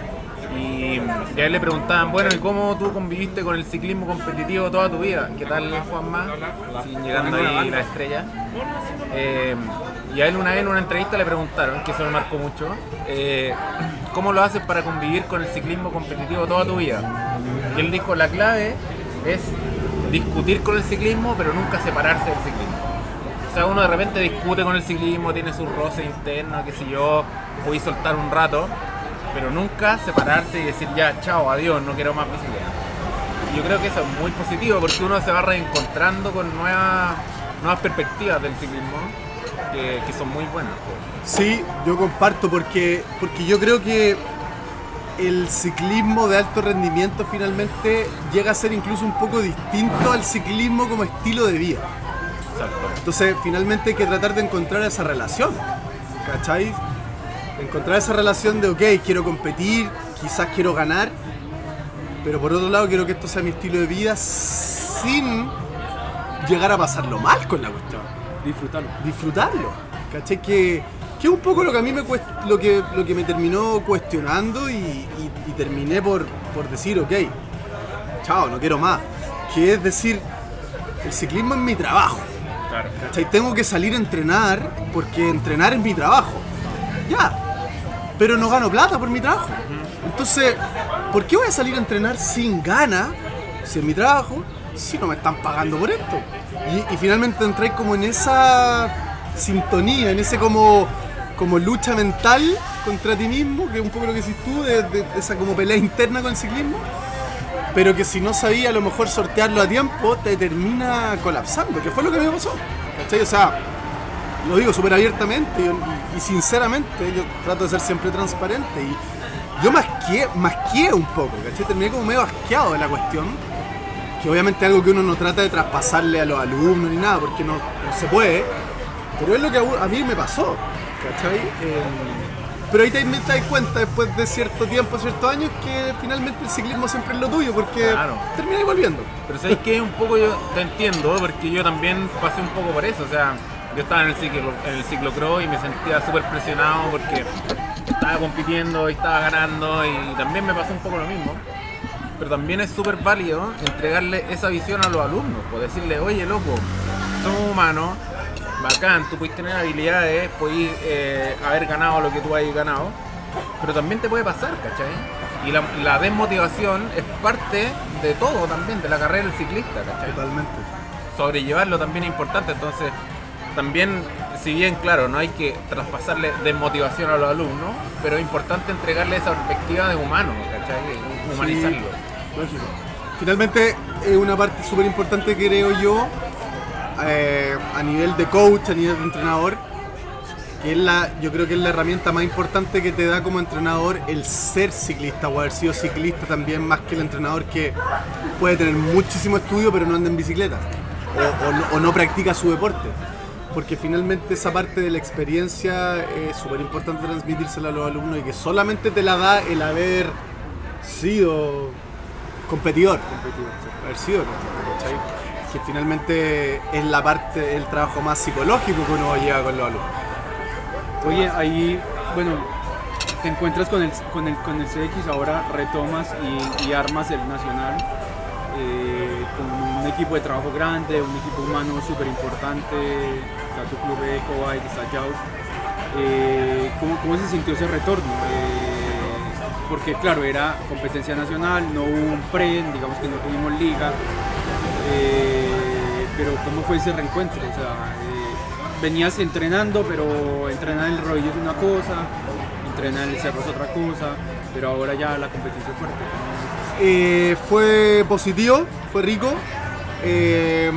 Y a él le preguntaban, bueno, ¿y cómo tú conviviste con el ciclismo competitivo toda tu vida? ¿Qué tal, Juanma? Sí, llegando ahí la estrella. Eh, y a él una vez en una entrevista le preguntaron, que eso me marcó mucho, eh, ¿cómo lo haces para convivir con el ciclismo competitivo toda tu vida? Y él dijo, la clave es discutir con el ciclismo, pero nunca separarse del ciclismo. O sea, uno de repente discute con el ciclismo, tiene su roce interno, que si yo voy a soltar un rato, pero nunca separarse y decir ya, chao, adiós, no quiero más bicicleta. Y yo creo que eso es muy positivo porque uno se va reencontrando con nuevas, nuevas perspectivas del ciclismo que, que son muy buenas. Sí, yo comparto porque, porque yo creo que el ciclismo de alto rendimiento finalmente llega a ser incluso un poco distinto al ciclismo como estilo de vida. Exacto. Entonces finalmente hay que tratar de encontrar esa relación, ¿cachai? Encontrar esa relación de, ok, quiero competir, quizás quiero ganar, pero por otro lado quiero que esto sea mi estilo de vida sin llegar a pasarlo mal con la cuestión. Disfrutarlo. Disfrutarlo, ¿cachai? Que, que es un poco lo que a mí me, cuest- lo que, lo que me terminó cuestionando y, y, y terminé por, por decir, ok, chao, no quiero más. Que es decir, el ciclismo es mi trabajo, Claro. ¿cachai? Tengo que salir a entrenar porque entrenar es mi trabajo. Ya, pero no gano plata por mi trabajo. Entonces, ¿por qué voy a salir a entrenar sin ganas, si es mi trabajo, si no me están pagando por esto? Y, y finalmente entráis como en esa sintonía, en ese como, como lucha mental contra ti mismo, que es un poco lo que decís tú, de, de, de esa como pelea interna con el ciclismo, pero que si no sabía a lo mejor sortearlo a tiempo, te termina colapsando, que fue lo que me pasó, ¿cachai? O sea, lo digo súper abiertamente y, y, y sinceramente, yo trato de ser siempre transparente y yo masqué, masqué un poco, ¿cachai? Terminé como medio asqueado de la cuestión, que obviamente es algo que uno no trata de traspasarle a los alumnos ni nada, porque no, no se puede, pero es lo que a, a mí me pasó, ¿cachai? Eh, pero ahí te, te das cuenta después de cierto tiempo, ciertos años, que finalmente el ciclismo siempre es lo tuyo, porque Claro. terminas volviendo. Pero sabes que un poco yo te entiendo, porque yo también pasé un poco por eso, o sea, yo estaba en el ciclo, en el ciclocross y me sentía súper presionado porque estaba compitiendo y estaba ganando y también me pasó un poco lo mismo. pero también es súper válido entregarle esa visión a los alumnos, pues decirle, oye loco, somos humanos, bacán, tú puedes tener habilidades, puedes eh, haber ganado lo que tú hayas ganado, pero también te puede pasar, ¿cachai? Y la, la desmotivación es parte de todo también, de la carrera del ciclista, ¿cachai? Totalmente. Sobrellevarlo también es importante, entonces también, si bien claro, no hay que traspasarle desmotivación a los alumnos, pero es importante entregarle esa perspectiva de humano, ¿cachai? Humanizarlo. Sí, lógico. Finalmente es una parte súper importante, creo yo, eh, a nivel de coach, a nivel de entrenador, que es la, yo creo que es la herramienta más importante que te da como entrenador el ser ciclista o haber sido ciclista también, más que el entrenador que puede tener muchísimo estudio pero no anda en bicicleta o, o, no, o no practica su deporte, porque finalmente esa parte de la experiencia es súper importante transmitírsela a los alumnos y que solamente te la da el haber sido competidor, competidor sí. haber sido competidor, que finalmente es la parte, el trabajo más psicológico que uno lleva con los alumnos. Oye, ahí, bueno, te encuentras con el, con el, con el C X, ahora retomas y, y armas el Nacional, eh, con un equipo de trabajo grande, un equipo humano súper importante, está tu club de Ecobike, está Jaus. Eh, ¿cómo, ¿Cómo se sintió ese retorno? Eh, porque claro, era competencia nacional, no hubo un pre, digamos que no tuvimos liga, eh, pero ¿cómo fue ese reencuentro? O sea, eh, venías entrenando, pero entrenar el rodillo es una cosa, entrenar el cerro es otra cosa, pero ahora ya la competencia es fuerte. Eh, fue positivo, fue rico. Eh,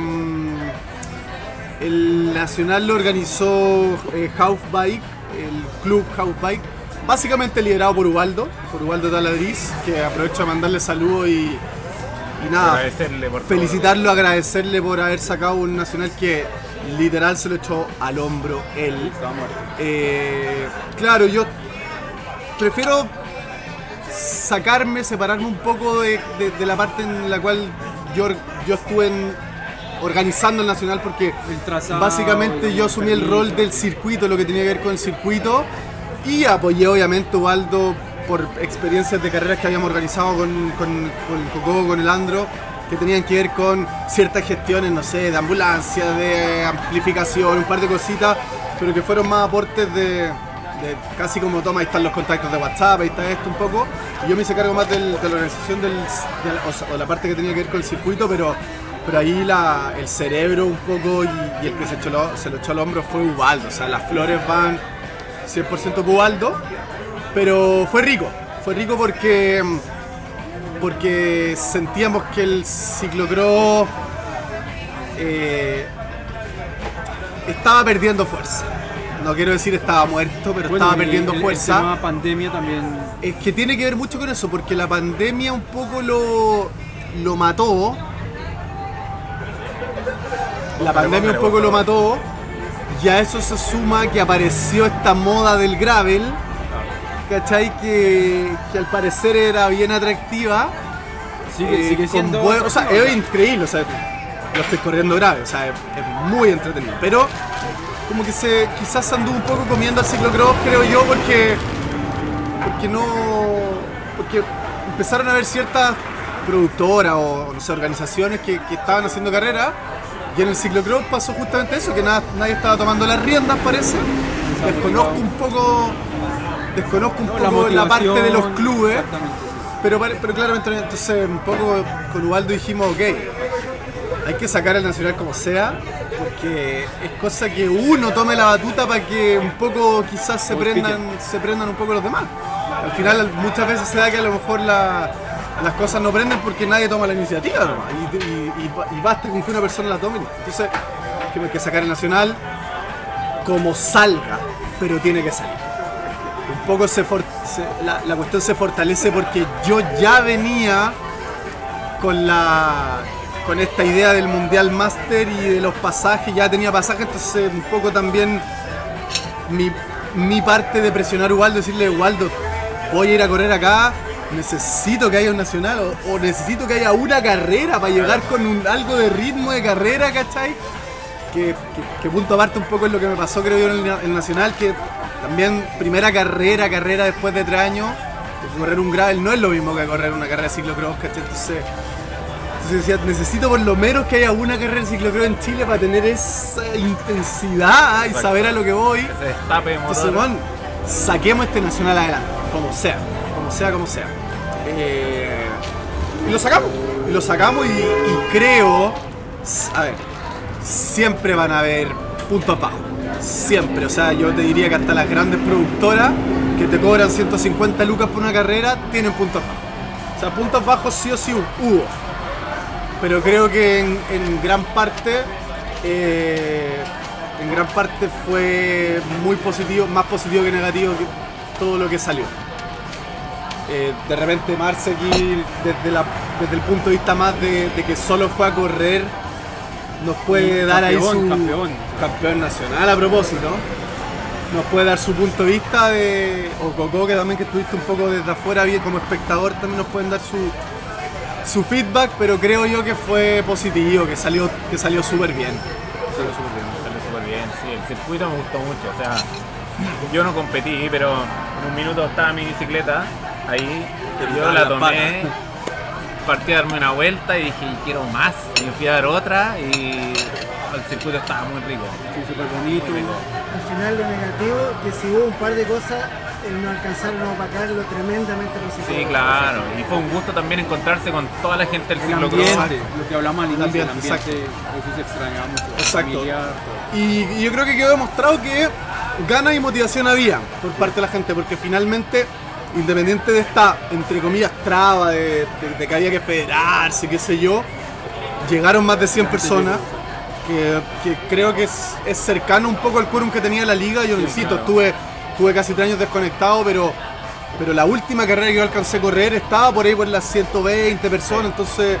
el Nacional lo organizó eh, Half Bike, el club Half Bike, básicamente liderado por Ubaldo, por Ubaldo Taladriz, que aprovecho de mandarle saludos y, y nada, agradecerle por felicitarlo, todo. agradecerle por haber sacado un Nacional que literal se lo echó al hombro él. Eh, claro, yo prefiero sacarme, separarme un poco de, de, de la parte en la cual yo, yo estuve en, organizando el Nacional, porque el trazado, básicamente yo asumí el rol del circuito, lo que tenía que ver con el circuito, y apoyé obviamente a Ubaldo por experiencias de carreras que habíamos organizado con, con, con el Coco, con el Andro, que tenían que ver con ciertas gestiones, no sé, de ambulancia, de amplificación, un par de cositas, pero que fueron más aportes de, de casi como toma, ahí están los contactos de WhatsApp, ahí está esto un poco, y yo me hice cargo más del, de la organización del, de la, o, sea, o la parte que tenía que ver con el circuito, pero, pero ahí la, el cerebro un poco y, y el que se, echó lo, se lo echó al hombro fue Ubaldo, o sea, las flores van cien por ciento por Ubaldo, pero fue rico, fue rico porque... porque sentíamos que el ciclocross eh, estaba perdiendo fuerza. No quiero decir estaba muerto, pero bueno, estaba perdiendo el, fuerza. El tema pandemia también. Es que tiene que ver mucho con eso, porque la pandemia un poco lo, lo mató. La pandemia un poco lo mató. Y a eso se suma que apareció esta moda del gravel, ¿cachai? Que, que al parecer era bien atractiva. Sigue, eh, sigue siendo. Buen, o sea, es increíble, o sea, lo estoy corriendo grave, o sea, es, es muy entretenido. Pero como que se quizás anduvo un poco comiendo al ciclocross, creo yo, porque. Porque no. Porque empezaron a haber ciertas productoras o no sé, organizaciones que, que estaban haciendo carreras. Y en el ciclocross pasó justamente eso, que nada, nadie estaba tomando las riendas, parece. Desconozco un poco. Desconozco un no, poco la, la parte de los clubes. Pero, pero claramente, entonces, un poco con Ubaldo dijimos, ok, hay que sacar el Nacional como sea, porque es cosa que uno tome la batuta para que un poco quizás se prendan, se prendan un poco los demás. Al final, muchas veces se da que a lo mejor la, las cosas no prenden porque nadie toma la iniciativa nomás, y, y, y, y basta con que una persona la tome. Entonces, hay que sacar el Nacional como salga, pero tiene que salir. Un poco se, for, se la, la cuestión se fortalece porque yo ya venía con la con esta idea del Mundial Master y de los pasajes, ya tenía pasajes, entonces un poco también mi, mi parte de presionar a Ubaldo, decirle, Ubaldo, voy a ir a correr acá, necesito que haya un Nacional o, o necesito que haya una carrera para llegar con un, algo de ritmo de carrera, ¿cachai? Que, que, que punto aparte un poco es lo que me pasó, creo yo, en el, el Nacional, que también primera carrera, carrera después de tres años, Porque correr un gravel no es lo mismo que correr una carrera de ciclocross, ¿cachai? Entonces, entonces decía, necesito por lo menos que haya una carrera de ciclocross en Chile para tener esa intensidad y Exacto. saber a lo que voy. Ese destape de motor. Entonces, man, saquemos este nacional adelante, como sea, como sea, como sea. Eh, y lo sacamos, y lo sacamos y, y creo, a ver, siempre van a haber puntos bajos, siempre. O sea, yo te diría que hasta las grandes productoras que te cobran ciento cincuenta lucas por una carrera tienen puntos bajos. O sea, puntos bajos sí o sí hubo. Pero creo que en, en gran parte, eh, en gran parte fue muy positivo, más positivo que negativo que todo lo que salió. Eh, de repente Marce aquí, desde, la, desde el punto de vista más de, de que solo fue a correr, nos puede Y dar ahí campeón, su campeón. campeón nacional a propósito. Nos puede dar su punto de vista de, o Coco, que también que estuviste un poco desde afuera bien como espectador, también nos pueden dar su su feedback, pero creo yo que fue positivo, que salió que salió súper bien. Salió súper bien. Salió súper bien, sí, el circuito me gustó mucho, o sea, yo no competí, pero en un minuto estaba mi bicicleta ahí, yo la tomé, partí a darme una vuelta y dije, quiero más, y me fui a dar otra y el circuito estaba muy rico. Sí, súper bonito. Muy rico. Al final lo negativo, que si hubo un par de cosas, el no alcanzaron a opacar lo tremendamente positivo. Sí, claro, y fue un gusto también encontrarse con toda la gente del El ciclocross. ambiente, lo que hablamos al inicio, el ambiente, ambiente, exacto. eso se extrañaba mucho. Exacto. Familiar, todo. Y, y yo creo que quedó demostrado que ganas y motivación había por parte de la gente, porque finalmente, independiente de esta, entre comillas, traba de, de- de que había que federarse, qué sé yo, llegaron más de cien personas, que, que creo que es, es cercano un poco al quórum que tenía la liga. Yo, Sí, insisto, claro. estuve, estuve casi tres años desconectado, pero, pero la última carrera que yo alcancé a correr estaba por ahí por las ciento veinte personas, entonces...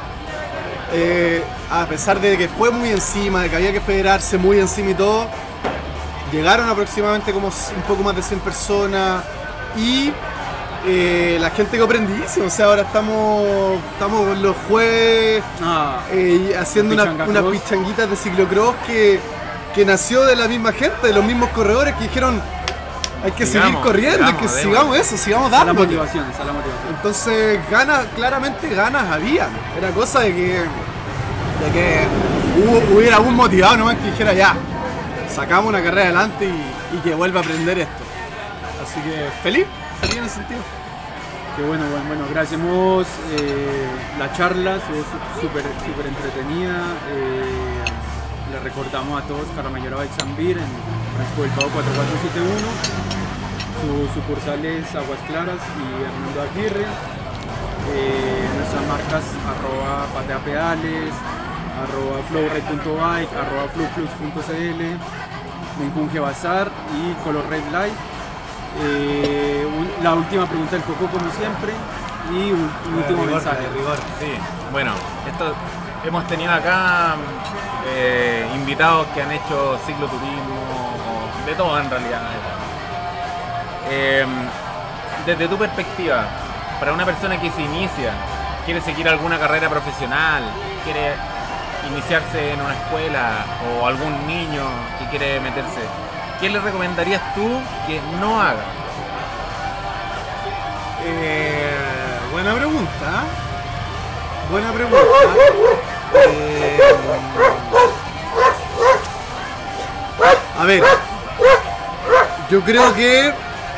Eh, a pesar de que fue muy encima, de que había que federarse muy encima y todo, llegaron aproximadamente como un poco más de cien personas y eh, la gente quedó prendidísima. O sea, ahora estamos, estamos los jueves Ah, eh, haciendo una- Pichanga unas Cross. pichanguitas de ciclocross que, que nació de la misma gente, de los mismos corredores que dijeron hay que Sigamos, seguir corriendo, hay sigamos, que démosle. sigamos eso, sigamos esa es la dándole. motivación, esa es la motivación. Entonces, ganas, claramente ganas había. Era cosa de que, de que hubo- hubiera un motivado nomás que dijera ya, sacamos una carrera adelante y, y que vuelva a aprender esto. Así que feliz, feliz en ese sentido. Qué bueno, bueno, bueno, agradecemos eh, la charla, estuvo su- súper súper entretenida. Eh, le recordamos a todos Carramallera Bexambir en Francisco Bilbao cuatro cuatro siete uno. Sus sucursales Aguas Claras y Hernando Aguirre. Eh, nuestras marcas arroba patea pedales, arroba flowred punto bike, arroba flowplus punto cl, Menjunje Bazar y Color Red Light. Eh, un- la última pregunta del Coco como siempre y un, un último mensaje. Sí, bueno, esto, hemos tenido acá eh, invitados que han hecho cicloturismo, o de todo en realidad. Eh, desde tu perspectiva, para una persona que se inicia, quiere seguir alguna carrera profesional, quiere iniciarse en una escuela o algún niño que quiere meterse, ¿qué le recomendarías tú que no haga? Eh, buena pregunta. ¿eh? Buena pregunta. Eh, a ver, yo creo que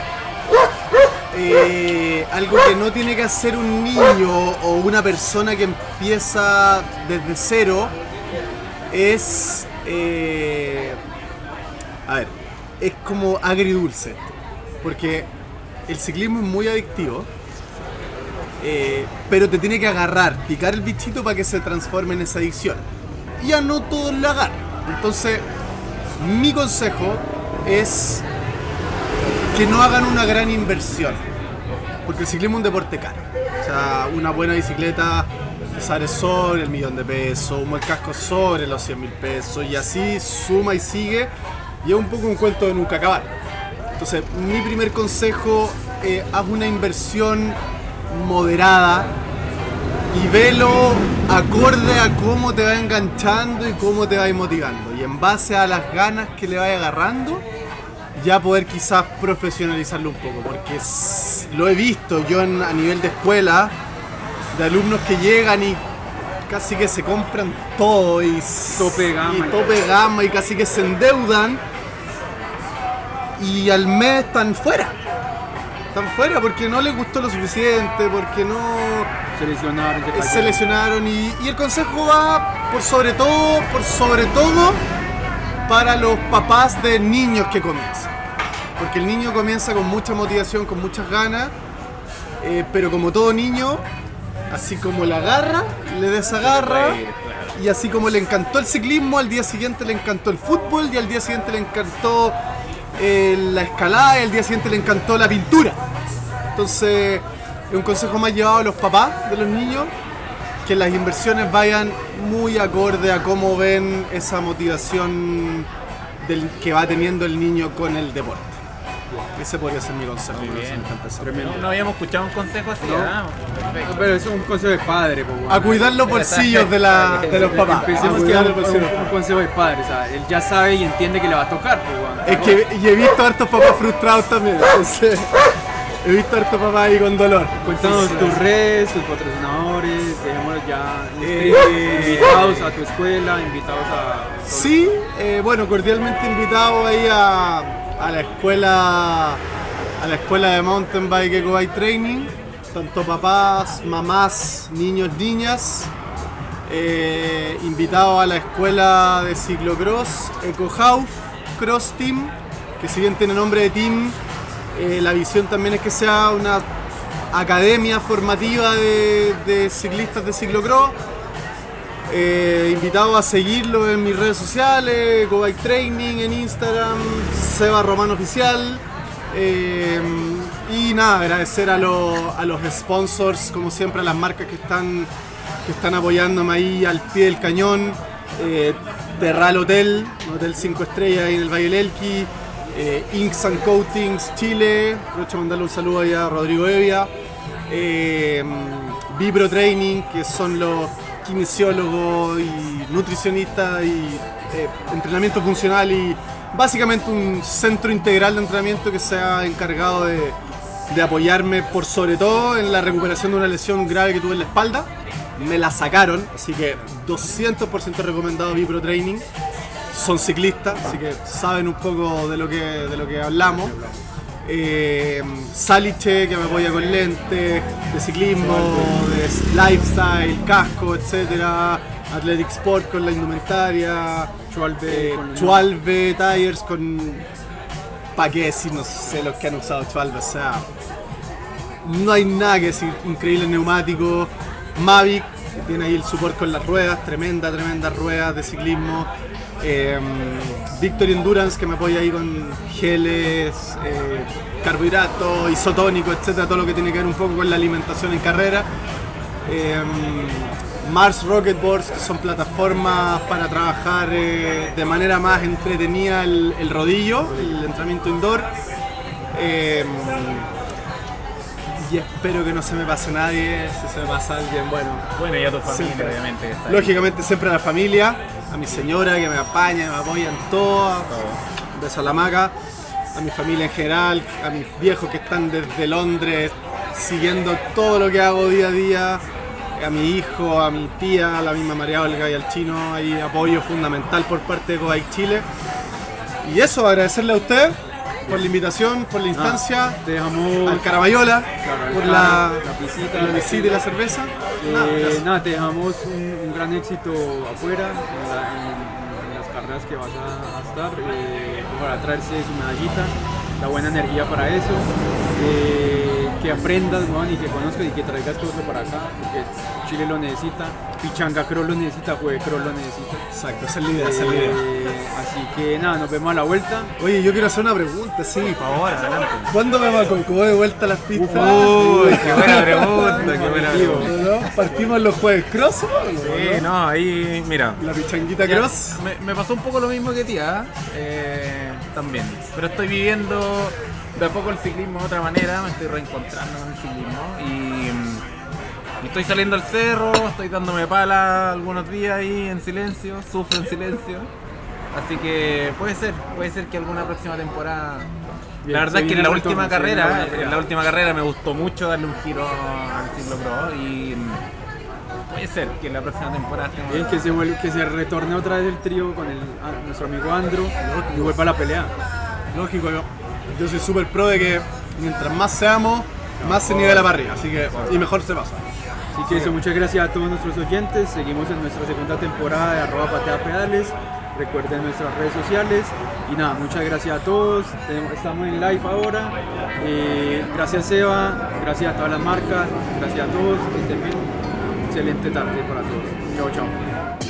eh, algo que no tiene que hacer un niño o una persona que empieza desde cero es, eh, a ver, es como agridulce esto, porque el ciclismo es muy adictivo, eh, pero te tiene que agarrar, picar el bichito para que se transforme en esa adicción. Y a no todos la agarran. Entonces, mi consejo es que no hagan una gran inversión, porque el ciclismo es un deporte caro. O sea, una buena bicicleta te sale sobre el millón de pesos, un buen casco sobre los cien mil pesos, y así suma y sigue, y es un poco un cuento de nunca acabar. Entonces, mi primer consejo, eh, haz una inversión moderada y velo acorde a cómo te va enganchando y cómo te va motivando. Y en base a las ganas que le vaya agarrando, ya poder quizás profesionalizarlo un poco, porque s- lo he visto yo en- a nivel de escuela, de alumnos que llegan y casi que se compran todo y, s- Tope de gama y y tope de gama y casi que se endeudan y al mes están fuera. Están fuera porque no les gustó lo suficiente, porque no Se lesionaron, se eh, cayeron. se lesionaron y, y el consejo va por sobre todo, por sobre todo para los papás de niños que comienzan. Porque el niño comienza con mucha motivación, con muchas ganas, eh, pero como todo niño, así como la agarra, le desagarra, Reír, claro. y así como le encantó el ciclismo, al día siguiente le encantó el fútbol, y al día siguiente le encantó eh, la escalada, y al día siguiente le encantó la pintura. Entonces, es un consejo más llevado a los papás de los niños, que las inversiones vayan muy acorde a cómo ven esa motivación del que va teniendo el niño con el deporte. Ese podría ser mi consejo. Muy me bien. encanta ese. Tremendo. No, no habíamos escuchado un consejo así, No. ah, perfecto. Pero es un consejo de padre, pues, bueno. A cuidar los bolsillos de, la, de los papás. A Empecemos que cuidar es los un, bolsillos de un- los un papás. consejo de padre, o sea, él ya sabe y entiende que le va a tocar, pues, bueno. Es que y he visto hartos papás frustrados también. Entonces, he visto hartos papás ahí con dolor. Cuéntanos Sí, sí. tus redes, tus patrocinadores, dejémoslos ya Eh, invitados a tu escuela, invitados a... Sí, eh, bueno, cordialmente invitado ahí a, a la escuela a la escuela de mountain bike Eco Bike Training, tanto papás, mamás, niños, niñas. Eh, invitado a la escuela de ciclocross Eco House Cross Team, que si bien tiene nombre de team, eh, la visión también es que sea una academia formativa de, de ciclistas de ciclocross. Eh, invitado a seguirlo en mis redes sociales, Eco Bike Training en Instagram, Seba Romano Oficial. Eh, y nada, agradecer a, los- a los sponsors, como siempre, a las marcas que están, que están apoyándome ahí al pie del cañón. Eh, Terral Hotel, un hotel cinco estrellas ahí en el Valle del Elqui. Eh, Inks and Coatings Chile, aprovecho de mandarle un saludo ahí a Rodrigo Evia. Eh, Vibro Training, que son los kinesiólogos y nutricionistas y eh, entrenamiento funcional y básicamente un centro integral de entrenamiento que se ha encargado de, de apoyarme por sobre todo en la recuperación de una lesión grave que tuve en la espalda. Me la sacaron, así que doscientos por ciento recomendado Vibro Training. Son ciclistas, así que saben un poco de lo que, de lo que hablamos. Eh, Saliche, que me apoya con lentes de ciclismo, de lifestyle, casco, etcétera. Athletic Sport con la indumentaria. Chualbe eh, con los- Chualbe Tires con... ¿Para qué decir? No sé los que han usado Chualbe, o sea... No hay nada que decir. Increíble neumático. Mavic, que tiene ahí el support con las ruedas. Tremenda, tremenda ruedas de ciclismo. Eh, Victory Endurance, que me apoya ahí con geles, eh, carbohidratos, isotónico, etcétera, todo lo que tiene que ver un poco con la alimentación en carrera. Eh, Mars Rocket Boards, que son plataformas para trabajar eh, de manera más entretenida el, el rodillo, el entrenamiento indoor. Eh, y espero que no se me pase nadie. Si se me pasa alguien, bueno, Bueno, y a tu familia, Siempre. obviamente. que está ahí. lógicamente siempre a la familia, a mi señora que me apaña, me apoya en todo, un beso a la maca, a mi familia en general, a mis viejos que están desde Londres siguiendo todo lo que hago día a día, a mi hijo, a mi tía, a la misma María Olga y al chino, hay apoyo fundamental por parte de Eco Bike Chile. Y eso, agradecerle a usted por la invitación, por la instancia, Te dejamos al Carabayola, Claro, al por Cara, la, la visita, por la la visita y la cerveza. Nada, Eh, gracias. nada, te dejamos un, un gran éxito afuera en, la- en- en las carreras que vas a, a estar, eh, para traerse su medallita, la buena energía para eso, eh, que aprendas, weón, y que conozcas y que traigas todo eso para acá, porque Chile lo necesita, Pichanga Cross lo necesita, Juegue Cross lo necesita. Exacto, esa es la idea, esa es la idea. Eh, así que nada, nos vemos a la vuelta. Oye, yo quiero hacer una pregunta, sí. Por favor, adelante. ¿Cuándo me va a Concobó de vuelta a las pistas? Uy, qué buena pregunta, qué buena pregunta. ¿No? ¿Partimos los jueves cross? Sí, no, ahí, mira. La pichanguita Ya, cross. Me, me pasó un poco lo mismo que tía, eh, también. Pero estoy viviendo de a poco el ciclismo de otra manera, me estoy reencontrando con el ciclismo y mm, estoy saliendo al cerro, estoy dándome pala algunos días ahí en silencio, sufro en silencio. Así que puede ser, puede ser que alguna próxima temporada. Bien, La verdad se es que viene en la el última retorno, se viene carrera, la buena en la última carrera me gustó mucho darle un giro al ciclo pro y mm, puede ser que en la próxima temporada estemos- Bien, que se, vuelve, que se retorne otra vez el trío con el, a- nuestro amigo Andro y vuelva a la pelea. Lógico, yo, yo soy súper pro de que mientras más seamos, más se nivela para arriba, así que, y mejor se pasa. Así que eso, muchas gracias a todos nuestros oyentes. Seguimos en nuestra segunda temporada de arroba patea pedales. Recuerden nuestras redes sociales. Y nada, muchas gracias a todos. Tenemos- Estamos en live ahora. Eh, gracias Seba, gracias a todas las marcas, gracias a todos. Que estén bien. Excelente tarde para todos. Chao, chao.